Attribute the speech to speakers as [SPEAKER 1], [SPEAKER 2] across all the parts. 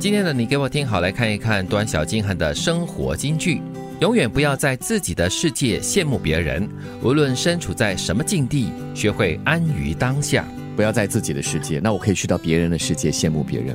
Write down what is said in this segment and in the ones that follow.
[SPEAKER 1] 今天的你给我听好，来看一看端小金汉的生活金句。永远不要在自己的世界羡慕别人，无论身处在什么境地，学会安于当下。
[SPEAKER 2] 不要在自己的世界，那我可以去到别人的世界羡慕别人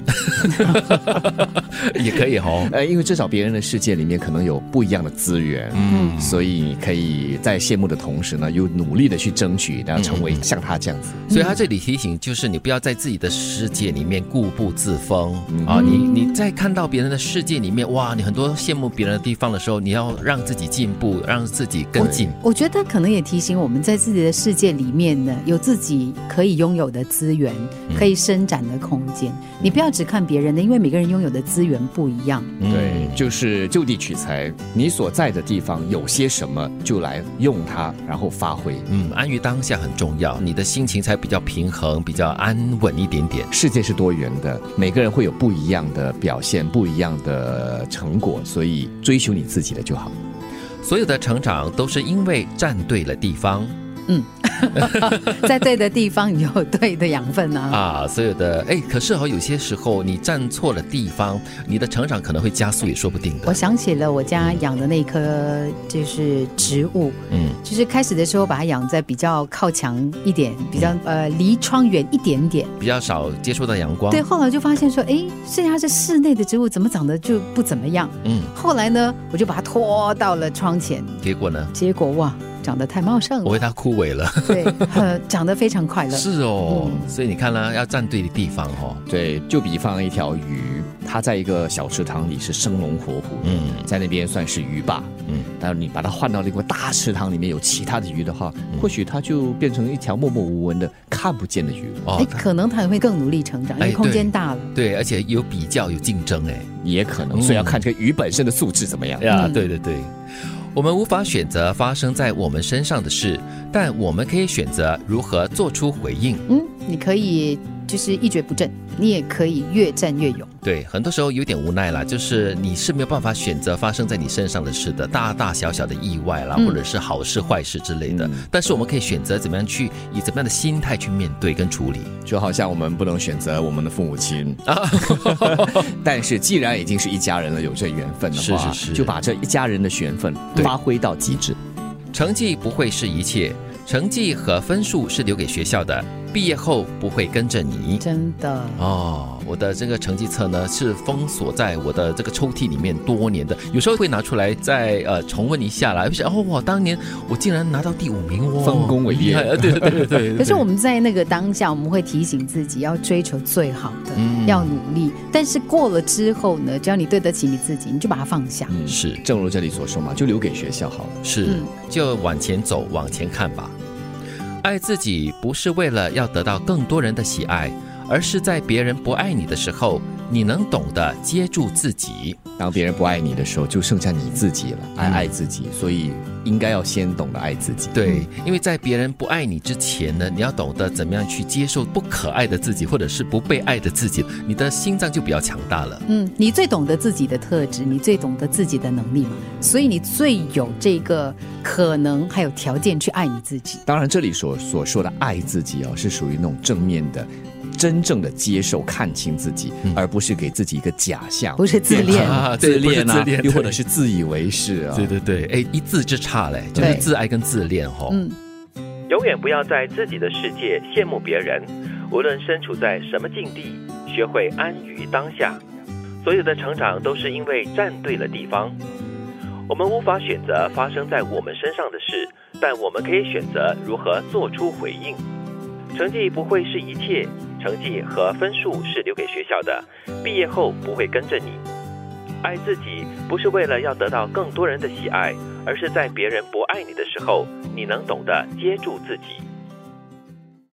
[SPEAKER 1] 也可以哦。
[SPEAKER 2] 因为至少别人的世界里面可能有不一样的资源，所以你可以在羡慕的同时呢，又努力的去争取，然后成为像他这样子。
[SPEAKER 1] 所以他这里提醒就是你不要在自己的世界里面固步自封啊！你在看到别人的世界里面，哇，你很多羡慕别人的地方的时候，你要让自己进步，让自己跟进。
[SPEAKER 3] 我觉得可能也提醒我们在自己的世界里面呢，有自己可以拥有的资源，可以伸展的空间。你不要只看别人的，因为每个人拥有的资源不一样。
[SPEAKER 2] 对，就是就地取材，你所在的地方有些什么就来用它，然后发挥。
[SPEAKER 1] 安于当下很重要，你的心情才比较平衡，比较安稳一点点。
[SPEAKER 2] 世界是多元的，每个人会有不一样的表现，不一样的成果，所以追求你自己的就好。
[SPEAKER 1] 所有的成长都是因为站对了地方。
[SPEAKER 3] 在对的地方，你就有对的养分啊！
[SPEAKER 1] 所有的可是有些时候你站错了地方，你的成长可能会加速，也说不定的。
[SPEAKER 3] 我想起了我家养的那棵就是植物，就是开始的时候把它养在比较靠墙一点，比较离窗远一点点，
[SPEAKER 1] 比较少接触到阳光。
[SPEAKER 3] 对，后来就发现说，虽然它是室内的植物，怎么长得就不怎么样。后来呢，我就把它拖到了窗前，
[SPEAKER 1] 结果呢？
[SPEAKER 3] 结果哇！长得太茂盛了，
[SPEAKER 1] 我为它枯萎了。
[SPEAKER 3] 对，长得非常快乐。
[SPEAKER 1] 是哦，所以你看啦，要站对的地方哦。
[SPEAKER 2] 对，就比方一条鱼，它在一个小池塘里是生龙活虎的，在那边算是鱼霸。但是你把它换到那个大池塘里面有其他的鱼的话，或许它就变成一条默默无闻的看不见的鱼。
[SPEAKER 3] 可能它会更努力成长，因为空间大了。
[SPEAKER 1] 对，而且有比较，有竞争，
[SPEAKER 2] 也可能。所以要看这个鱼本身的素质怎么样
[SPEAKER 1] 呀。对对对。我们无法选择发生在我们身上的事，但我们可以选择如何做出回应。
[SPEAKER 3] 你可以就是一蹶不振，你也可以越战越勇。
[SPEAKER 1] 对，很多时候有点无奈啦，就是你是没有办法选择发生在你身上的事的，大大小小的意外啦，或者是好事坏事之类的。但是我们可以选择怎么样去以怎么样的心态去面对跟处理。
[SPEAKER 2] 就好像我们不能选择我们的父母亲但是既然已经是一家人了，有这缘分的话，就把这一家人的缘分发挥到极致。
[SPEAKER 1] 成绩不会是一切，成绩和分数是留给学校的，毕业后不会跟着你。
[SPEAKER 3] 真的
[SPEAKER 1] 我的这个成绩册呢是封锁在我的这个抽屉里面多年的，有时候会拿出来再重温一下啦。当年我竟然拿到第5名
[SPEAKER 2] 丰功伟业。
[SPEAKER 1] 对。
[SPEAKER 3] 可是我们在那个当下，我们会提醒自己要追求最好的，要努力。但是过了之后呢，只要你对得起你自己，你就把它放下。
[SPEAKER 1] 是，
[SPEAKER 2] 正如这里所说嘛，就留给学校好了。
[SPEAKER 1] 是，就往前走，往前看吧。爱自己不是为了要得到更多人的喜爱，而是在别人不爱你的时候，你能懂得接住自己。
[SPEAKER 2] 当别人不爱你的时候，就剩下你自己了，爱自己，所以应该要先懂得爱自己。
[SPEAKER 1] 对，因为在别人不爱你之前呢，你要懂得怎么样去接受不可爱的自己，或者是不被爱的自己，你的心脏就比较强大了。
[SPEAKER 3] 你最懂得自己的特质，你最懂得自己的能力嘛，所以你最有这个可能还有条件去爱你自己。
[SPEAKER 2] 当然这里所说的爱自己是属于那种正面的，真正的接受看清自己，而不是给自己一个假象，
[SPEAKER 3] 不是自恋
[SPEAKER 2] 自恋啊，又或者是自以为是啊。
[SPEAKER 1] 对，一字之差嘞，就是自爱跟自恋永远不要在自己的世界羡慕别人，无论身处在什么境地，学会安于当下。所有的成长都是因为站对了地方。我们无法选择发生在我们身上的事，但我们可以选择如何做出回应。成绩不会是一切，成绩和分数是留给学校的，毕业后不会跟着你。爱自己不是为了要得到更多人的喜爱，而是在别人不爱你的时候，你能懂得接住自己。